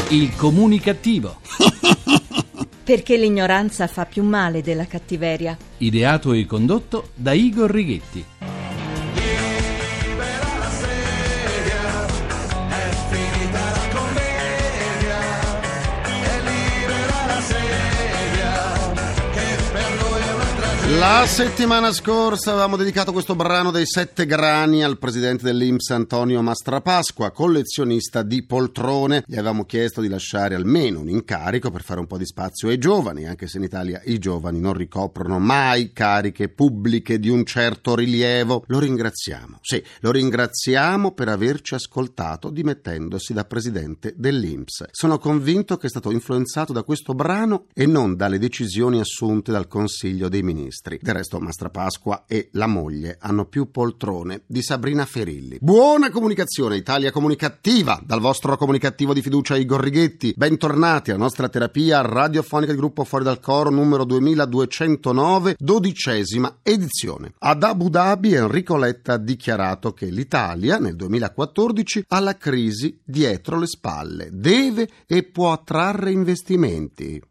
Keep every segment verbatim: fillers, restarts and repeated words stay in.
Il comunicativo. Perché l'ignoranza fa più male della cattiveria. Ideato e condotto da Igor Righetti. La settimana scorsa avevamo dedicato questo brano dei sette grani al presidente dell'I N P S Antonio Mastrapasqua, collezionista di poltrone. Gli avevamo chiesto di lasciare almeno un incarico per fare un po' di spazio ai giovani, anche se in Italia i giovani non ricoprono mai cariche pubbliche di un certo rilievo. Lo ringraziamo, sì, lo ringraziamo per averci ascoltato dimettendosi da presidente dell'I N P S. Sono convinto che è stato influenzato da questo brano e non dalle decisioni assunte dal Consiglio dei Ministri. Del resto Mastrapasqua e la moglie hanno più poltrone di Sabrina Ferilli. Buona comunicazione, Italia comunicativa, dal vostro comunicativo di fiducia Igor Righetti. Bentornati alla nostra terapia radiofonica del gruppo Fuori dal Coro numero duemiladuecentonove, dodicesima edizione. Ad Abu Dhabi Enrico Letta ha dichiarato che l'Italia nel duemilaquattordici ha la crisi dietro le spalle, deve e può attrarre investimenti.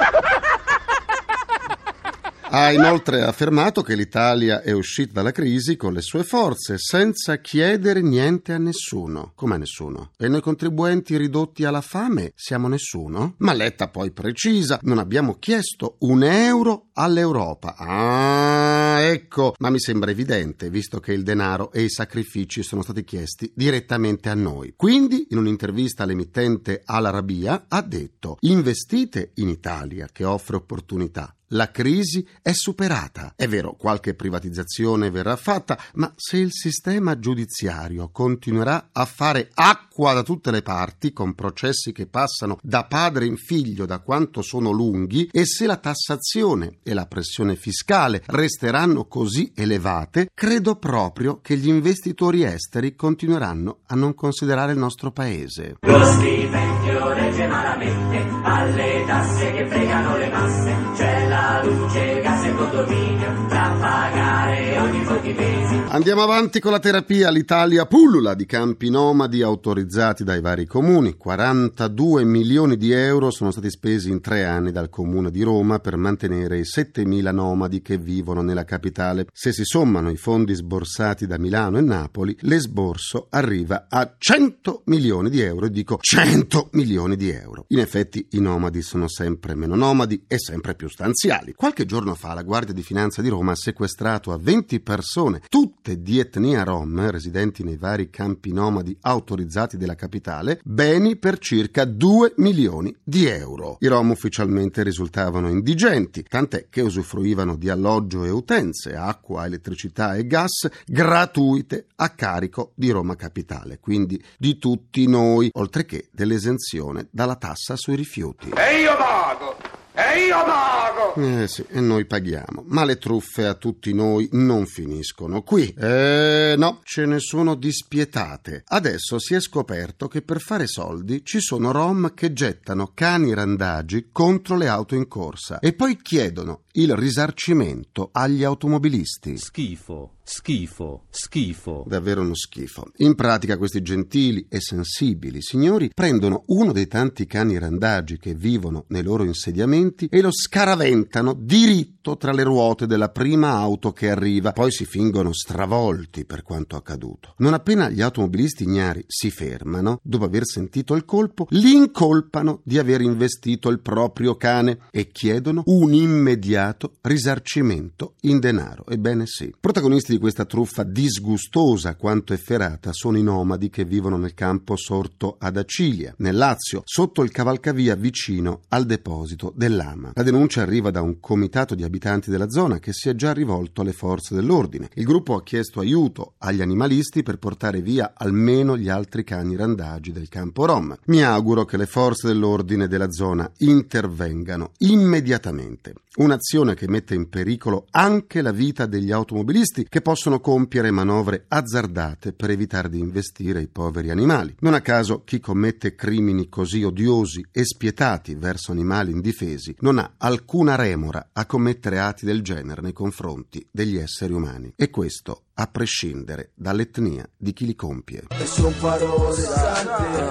Ha inoltre affermato che l'Italia è uscita dalla crisi con le sue forze, senza chiedere niente a nessuno. Come a nessuno? E noi contribuenti ridotti alla fame siamo nessuno? Ma Letta poi precisa: non abbiamo chiesto un euro all'Europa. Ah, ecco, ma mi sembra evidente, visto che il denaro e i sacrifici sono stati chiesti direttamente a noi. Quindi, in un'intervista all'emittente Al Arabiya, ha detto: investite in Italia, che offre opportunità. La crisi è superata. È vero, qualche privatizzazione verrà fatta, ma se il sistema giudiziario continuerà a fare acqua da tutte le parti, con processi che passano da padre in figlio da quanto sono lunghi, e se la tassazione e la pressione fiscale resteranno così elevate, credo proprio che gli investitori esteri continueranno a non considerare il nostro paese. Lo stipendio regge malamente alle tasse che fregano le masse. C'è la luce, il gas e il condominio da pagare ogni venti mesi. Andiamo avanti con la terapia. L'Italia pullula di campi nomadi autorizzati dai vari comuni. quarantadue milioni di euro sono stati spesi in tre anni dal comune di Roma per mantenere i settemila nomadi che vivono nella capitale. Se si sommano i fondi sborsati da Milano e Napoli, l'esborso arriva a cento milioni di euro, e dico cento milioni di euro. In effetti i nomadi sono sempre meno nomadi e sempre più stanziali. Qualche giorno fa la Guardia di Finanza di Roma ha sequestrato a venti persone, tutte di etnia rom, residenti nei vari campi nomadi autorizzati della capitale, beni per circa due milioni di euro. I rom ufficialmente risultavano indigenti, tant'è che usufruivano di alloggio e utenze, acqua, elettricità e gas gratuite a carico di Roma Capitale, quindi di tutti noi, oltre che dell'esenzione dalla tassa sui rifiuti. E io pago! E io pago! Eh sì, e noi paghiamo. Ma le truffe a tutti noi non finiscono qui. Eh no, ce ne sono dispietate. Adesso si è scoperto che per fare soldi ci sono rom che gettano cani randagi contro le auto in corsa e poi chiedono il risarcimento agli automobilisti. Schifo, schifo, schifo. Davvero uno schifo. In pratica questi gentili e sensibili signori prendono uno dei tanti cani randagi che vivono nei loro insediamenti e lo scaraventano diritto tra le ruote della prima auto che arriva. Poi si fingono stravolti per quanto accaduto. Non appena gli automobilisti ignari si fermano, dopo aver sentito il colpo, li incolpano di aver investito il proprio cane e chiedono un immediato risarcimento in denaro. Ebbene sì. Protagonisti di questa truffa disgustosa quanto efferata sono i nomadi che vivono nel campo sorto ad Acilia, nel Lazio, sotto il cavalcavia vicino al deposito dell'Ama. La denuncia arriva da un comitato di abitanti della zona che si è già rivolto alle forze dell'ordine. Il gruppo ha chiesto aiuto agli animalisti per portare via almeno gli altri cani randagi del campo rom. Mi auguro che le forze dell'ordine della zona intervengano immediatamente. Un'azione che mette in pericolo anche la vita degli automobilisti, che possono compiere manovre azzardate per evitare di investire i poveri animali. Non a caso chi commette crimini così odiosi e spietati verso animali indifesi non ha alcuna remora a commettere atti del genere nei confronti degli esseri umani. E questo a prescindere dall'etnia di chi li compie. E son parole sante, e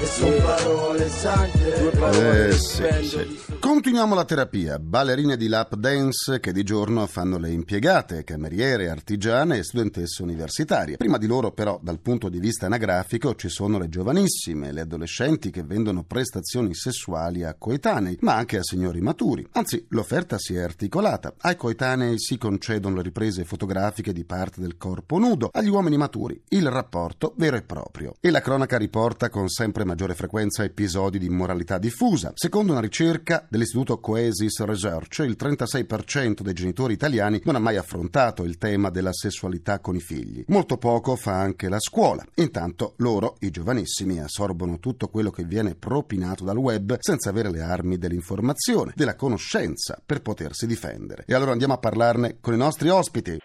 sono parole sante, due parole Eh sì, sì. Continuiamo la terapia. Ballerine di lap dance che di giorno fanno le impiegate, cameriere, artigiane e studentesse universitarie. Prima di loro però, dal punto di vista anagrafico, ci sono le giovanissime, le adolescenti che vendono prestazioni sessuali a coetanei, ma anche a signori maturi. Anzi, l'offerta si è articolata. Ai coetanei si concedono le riprese fotografiche di parte del corpo nudo, agli uomini maturi il rapporto vero e proprio. E la cronaca riporta con sempre maggiore frequenza episodi di immoralità diffusa. Secondo una ricerca dell'istituto Coesis Research, il trentasei per cento dei genitori italiani non ha mai affrontato il tema della sessualità con i figli. Molto poco fa anche la scuola. Intanto loro, i giovanissimi, assorbono tutto quello che viene propinato dal web senza avere le armi dell'informazione, della conoscenza per potersi difendere. E allora andiamo a parlarne con i nostri ospiti.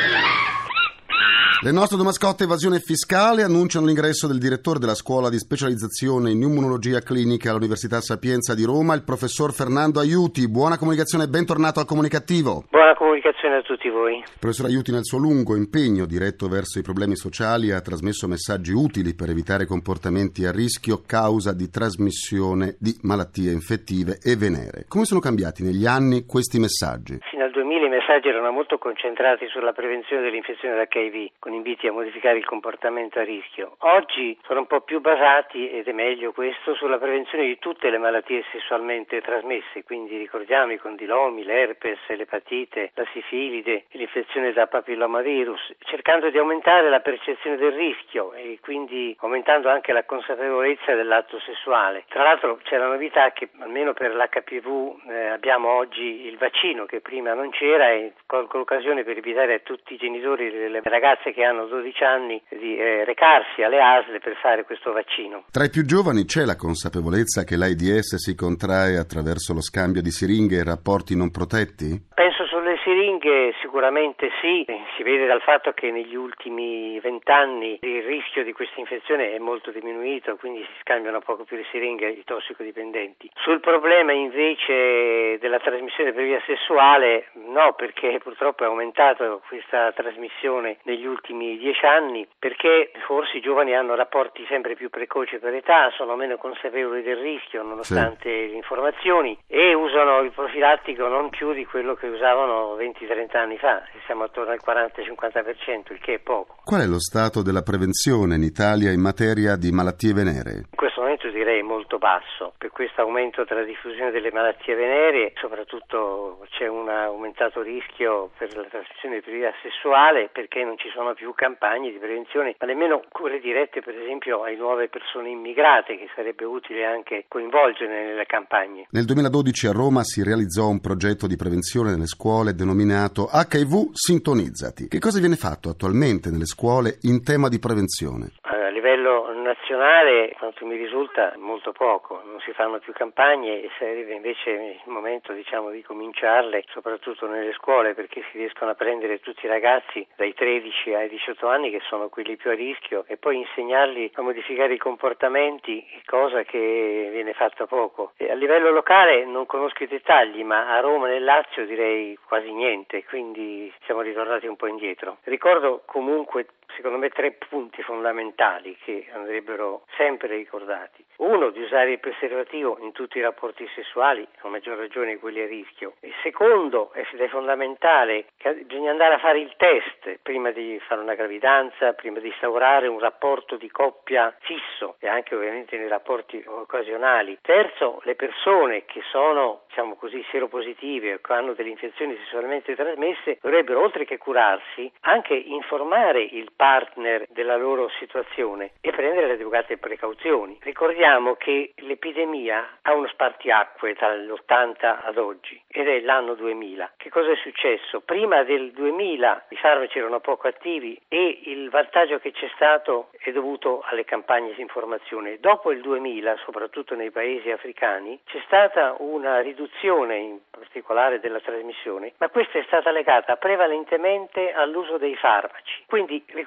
Le nostre due mascotte evasione fiscale annunciano l'ingresso del direttore della scuola di specializzazione in immunologia clinica all'Università Sapienza di Roma, il professor Fernando Aiuti. Buona comunicazione e bentornato al Comunicativo. Buona comunicazione a tutti voi. Il professor Aiuti, nel suo lungo impegno diretto verso i problemi sociali, ha trasmesso messaggi utili per evitare comportamenti a rischio causa di trasmissione di malattie infettive e venere. Come sono cambiati negli anni questi messaggi? Fino al duemila i messaggi erano molto concentrati sulla prevenzione dell'infezione da acca i vu, con inviti a modificare il comportamento a rischio. Oggi sono un po' più basati, ed è meglio questo, sulla prevenzione di tutte le malattie sessualmente trasmesse, quindi ricordiamo i condilomi, l'herpes, l'epatite, la sifilide, l'infezione da papillomavirus, cercando di aumentare la percezione del rischio e quindi aumentando anche la consapevolezza dell'atto sessuale. Tra l'altro c'è la novità che almeno per l'acca pi vu eh, abbiamo oggi il vaccino che prima non c'era, e colgo l'occasione per invitare a tutti i genitori delle ragazze che hanno dodici anni di eh, recarsi alle A S L per fare questo vaccino. Tra i più giovani c'è la consapevolezza che l'AIDS si contrae attraverso lo scambio di siringhe e rapporti non protetti? Penso sulle siringhe sicuramente sì, si vede dal fatto che negli ultimi vent'anni il rischio di questa infezione è molto diminuito, quindi si scambiano poco più le siringhe ai tossicodipendenti. Sul problema invece della trasmissione per via sessuale no, perché purtroppo è aumentata questa trasmissione negli ultimi dieci anni, perché forse i giovani hanno rapporti sempre più precoci per età, sono meno consapevoli del rischio nonostante sì. le informazioni, e usano il profilattico non più di quello che usavano venti trenta anni fa, siamo attorno al quaranta cinquanta per cento, il che è poco. Qual è lo stato della prevenzione in Italia in materia di malattie venere? In questo momento direi molto basso, per questo aumento della diffusione delle malattie veneree, soprattutto c'è un aumentato rischio per la trasmissione per via sessuale perché non ci sono più campagne di prevenzione, ma nemmeno cure dirette per esempio ai nuove persone immigrate, che sarebbe utile anche coinvolgere nelle campagne. Nel duemiladodici a Roma si realizzò un progetto di prevenzione nelle scuole denominato acca i vu Sintonizzati. Che cosa viene fatto attualmente nelle scuole in tema di prevenzione? A livello nazionale, quanto mi risulta, molto poco, non si fanno più campagne e sarebbe invece il momento diciamo di cominciarle, soprattutto nelle scuole, perché si riescono a prendere tutti i ragazzi dai tredici ai diciotto anni, che sono quelli più a rischio, e poi insegnarli a modificare i comportamenti, cosa che viene fatta poco. E a livello locale non conosco i dettagli, ma a Roma e nel Lazio direi quasi niente, quindi siamo ritornati un po' indietro. Ricordo comunque secondo me tre punti fondamentali che andrebbero sempre ricordati. Uno, di usare il preservativo in tutti i rapporti sessuali, a maggior ragione quelli a rischio. Il secondo, ed è fondamentale, che bisogna andare a fare il test prima di fare una gravidanza, prima di instaurare un rapporto di coppia fisso e anche ovviamente nei rapporti occasionali. Terzo, le persone che sono, diciamo così, seropositive o che hanno delle infezioni sessualmente trasmesse dovrebbero, oltre che curarsi, anche informare il partner della loro situazione e prendere le adeguate precauzioni. Ricordiamo che l'epidemia ha uno spartiacque dall'ottanta ad oggi ed è l'anno duemila. Che cosa è successo? Prima del duemila i farmaci erano poco attivi e il vantaggio che c'è stato è dovuto alle campagne di informazione. Dopo il duemila, soprattutto nei paesi africani, c'è stata una riduzione in particolare della trasmissione, ma questa è stata legata prevalentemente all'uso dei farmaci. Quindi ricordiamo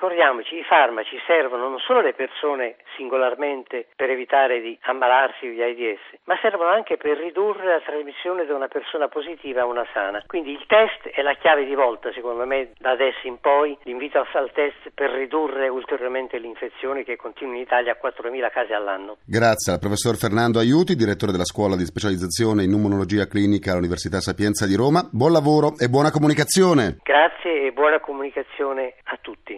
ricordiamoci, i farmaci servono non solo alle persone singolarmente per evitare di ammalarsi di AIDS, ma servono anche per ridurre la trasmissione da una persona positiva a una sana. Quindi il test è la chiave di volta, secondo me, da adesso in poi. L'invito al test per ridurre ulteriormente l'infezione che continua in Italia a quattromila casi all'anno. Grazie al professor Fernando Aiuti, direttore della scuola di specializzazione in immunologia clinica all'Università Sapienza di Roma. Buon lavoro e buona comunicazione. Grazie e buona comunicazione a tutti.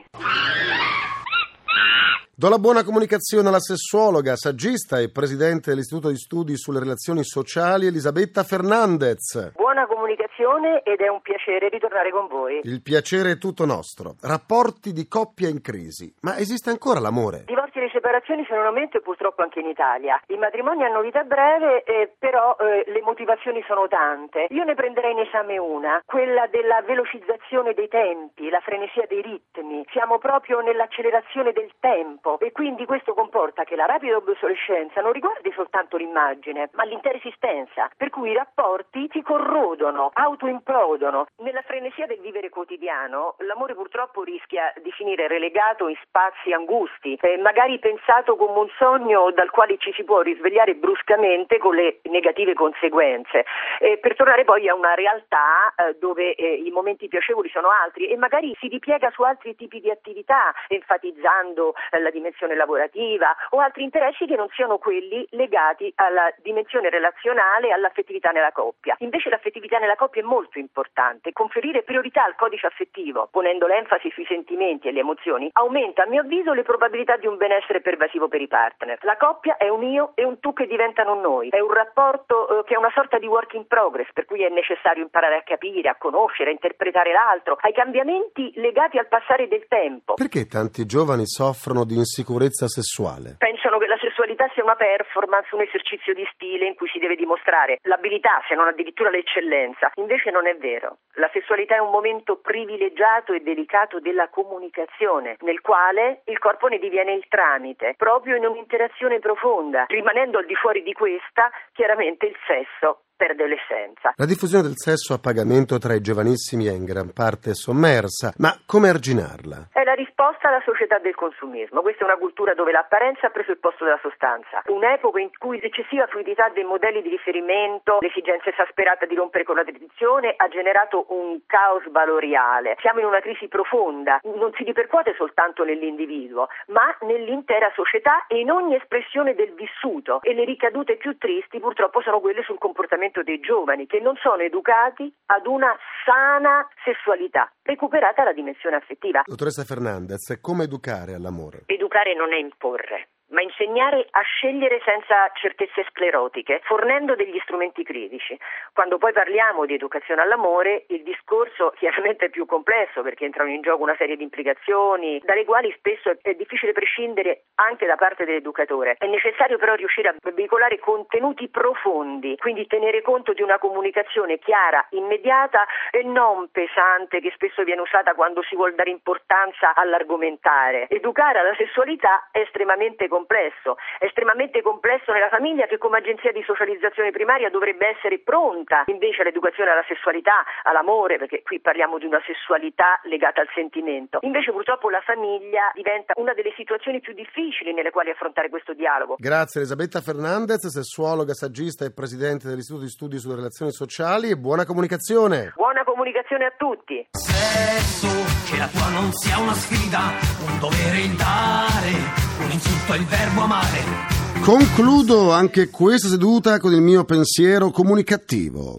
Do la buona comunicazione alla sessuologa, saggista e presidente dell'Istituto di Studi sulle Relazioni Sociali Elisabetta Fernandez. Buona comunicazione ed è un piacere ritornare con voi. Il piacere è tutto nostro. Rapporti di coppia in crisi. Ma esiste ancora l'amore? Divorzi e separazioni sono in aumento e purtroppo anche in Italia. I matrimoni hanno vita breve, eh, però eh, le motivazioni sono tante. Io ne prenderei in esame una, quella della velocizzazione dei tempi, la frenesia dei ritmi. Siamo proprio nell'accelerazione del tempo. E quindi questo comporta che la rapida obsolescenza non riguardi soltanto l'immagine, ma l'intera esistenza, per cui i rapporti si corrodono, autoimplodono. Nella frenesia del vivere quotidiano, l'amore purtroppo rischia di finire relegato in spazi angusti, eh, magari pensato come un sogno dal quale ci si può risvegliare bruscamente con le negative conseguenze, eh, per tornare poi a una realtà eh, dove eh, i momenti piacevoli sono altri e magari si ripiega su altri tipi di attività, enfatizzando eh, la dimensione lavorativa o altri interessi che non siano quelli legati alla dimensione relazionale e all'affettività nella coppia. Invece l'affettività nella coppia è molto importante. Conferire priorità al codice affettivo, ponendo l'enfasi sui sentimenti e le emozioni, aumenta a mio avviso le probabilità di un benessere pervasivo per i partner. La coppia è un io e un tu che diventano un noi. È un rapporto eh, che è una sorta di work in progress, per cui è necessario imparare a capire, a conoscere, a interpretare l'altro, ai cambiamenti legati al passare del tempo. Perché tanti giovani soffrono di insicurezza sessuale? Pensano che la sessualità sia una performance, un esercizio di stile in cui si deve dimostrare l'abilità, se non addirittura l'eccellenza. Invece non è vero. La sessualità è un momento privilegiato e delicato della comunicazione, nel quale il corpo ne diviene il tramite, proprio in un'interazione profonda. Rimanendo al di fuori di questa, chiaramente il sesso perde l'essenza. La diffusione del sesso a pagamento tra i giovanissimi è in gran parte sommersa, ma come arginarla? È la risposta alla società del consumismo. Questa è una cultura dove l'apparenza ha preso il posto della sostanza. Un'epoca in cui l'eccessiva fluidità dei modelli di riferimento, l'esigenza esasperata di rompere con la tradizione ha generato un caos valoriale. Siamo in una crisi profonda, non si ripercuote soltanto nell'individuo, ma nell'intera società e in ogni espressione del vissuto. E le ricadute più tristi purtroppo sono quelle sul comportamento dei giovani che non sono educati ad una sana sessualità, recuperata la dimensione affettiva. Dottoressa Fernandez, come educare all'amore? Educare non è imporre, ma insegnare a scegliere senza certezze sclerotiche, fornendo degli strumenti critici. Quando poi parliamo di educazione all'amore, il discorso chiaramente è più complesso perché entrano in gioco una serie di implicazioni dalle quali spesso è difficile prescindere anche da parte dell'educatore. È necessario però riuscire a veicolare contenuti profondi, quindi tenere conto di una comunicazione chiara, immediata e non pesante che spesso viene usata quando si vuol dare importanza all'argomentare. Educare alla sessualità è estremamente complesso, è estremamente complesso nella famiglia che come agenzia di socializzazione primaria dovrebbe essere pronta invece all'educazione alla sessualità, all'amore, perché qui parliamo di una sessualità legata al sentimento. Invece purtroppo la famiglia diventa una delle situazioni più difficili nelle quali affrontare questo dialogo. Grazie Elisabetta Fernandez, sessuologa, saggista e presidente dell'Istituto di Studi sulle Relazioni Sociali, e buona comunicazione. Buona comunicazione a tutti. Sesso, che la tua non sia una sfida, un dovere il dare, un insulto è il verbo amare. Concludo anche questa seduta con il mio pensiero comunicativo.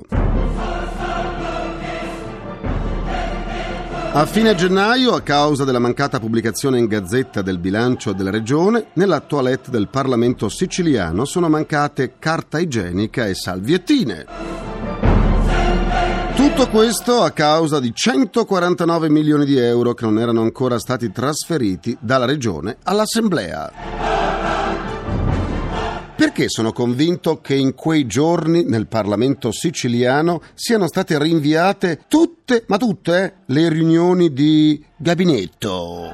A fine gennaio, a causa della mancata pubblicazione in Gazzetta del bilancio della regione, nella toilette del Parlamento siciliano sono mancate carta igienica e salviettine. Tutto questo a causa di centoquarantanove milioni di euro che non erano ancora stati trasferiti dalla regione all'Assemblea. Perché sono convinto che in quei giorni nel Parlamento siciliano siano state rinviate tutte, ma tutte, eh, le riunioni di gabinetto.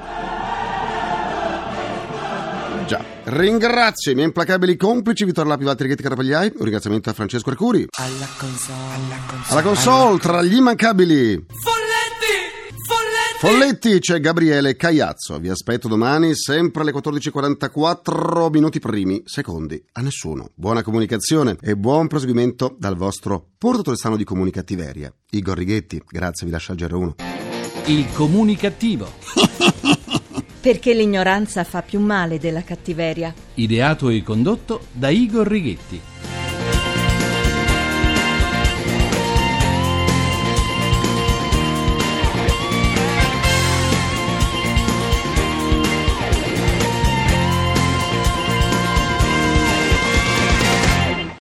Già. Ringrazio i miei implacabili complici Vittorio Lapi, Valtteri Ghetti, Carapagliai. Un ringraziamento a Francesco Arcuri. Alla console, alla console, alla console tra gli immancabili Folletti, Folletti. Folletti, c'è Gabriele Cagliazzo. Vi aspetto domani, sempre alle quattordici e quarantaquattro, minuti primi, secondi a nessuno. Buona comunicazione e buon proseguimento dal vostro portatore sano di comunicattiveria, Igor Righetti. Grazie, vi lascio al G R uno. Il comunicativo. Perché l'ignoranza fa più male della cattiveria. Ideato e condotto da Igor Righetti.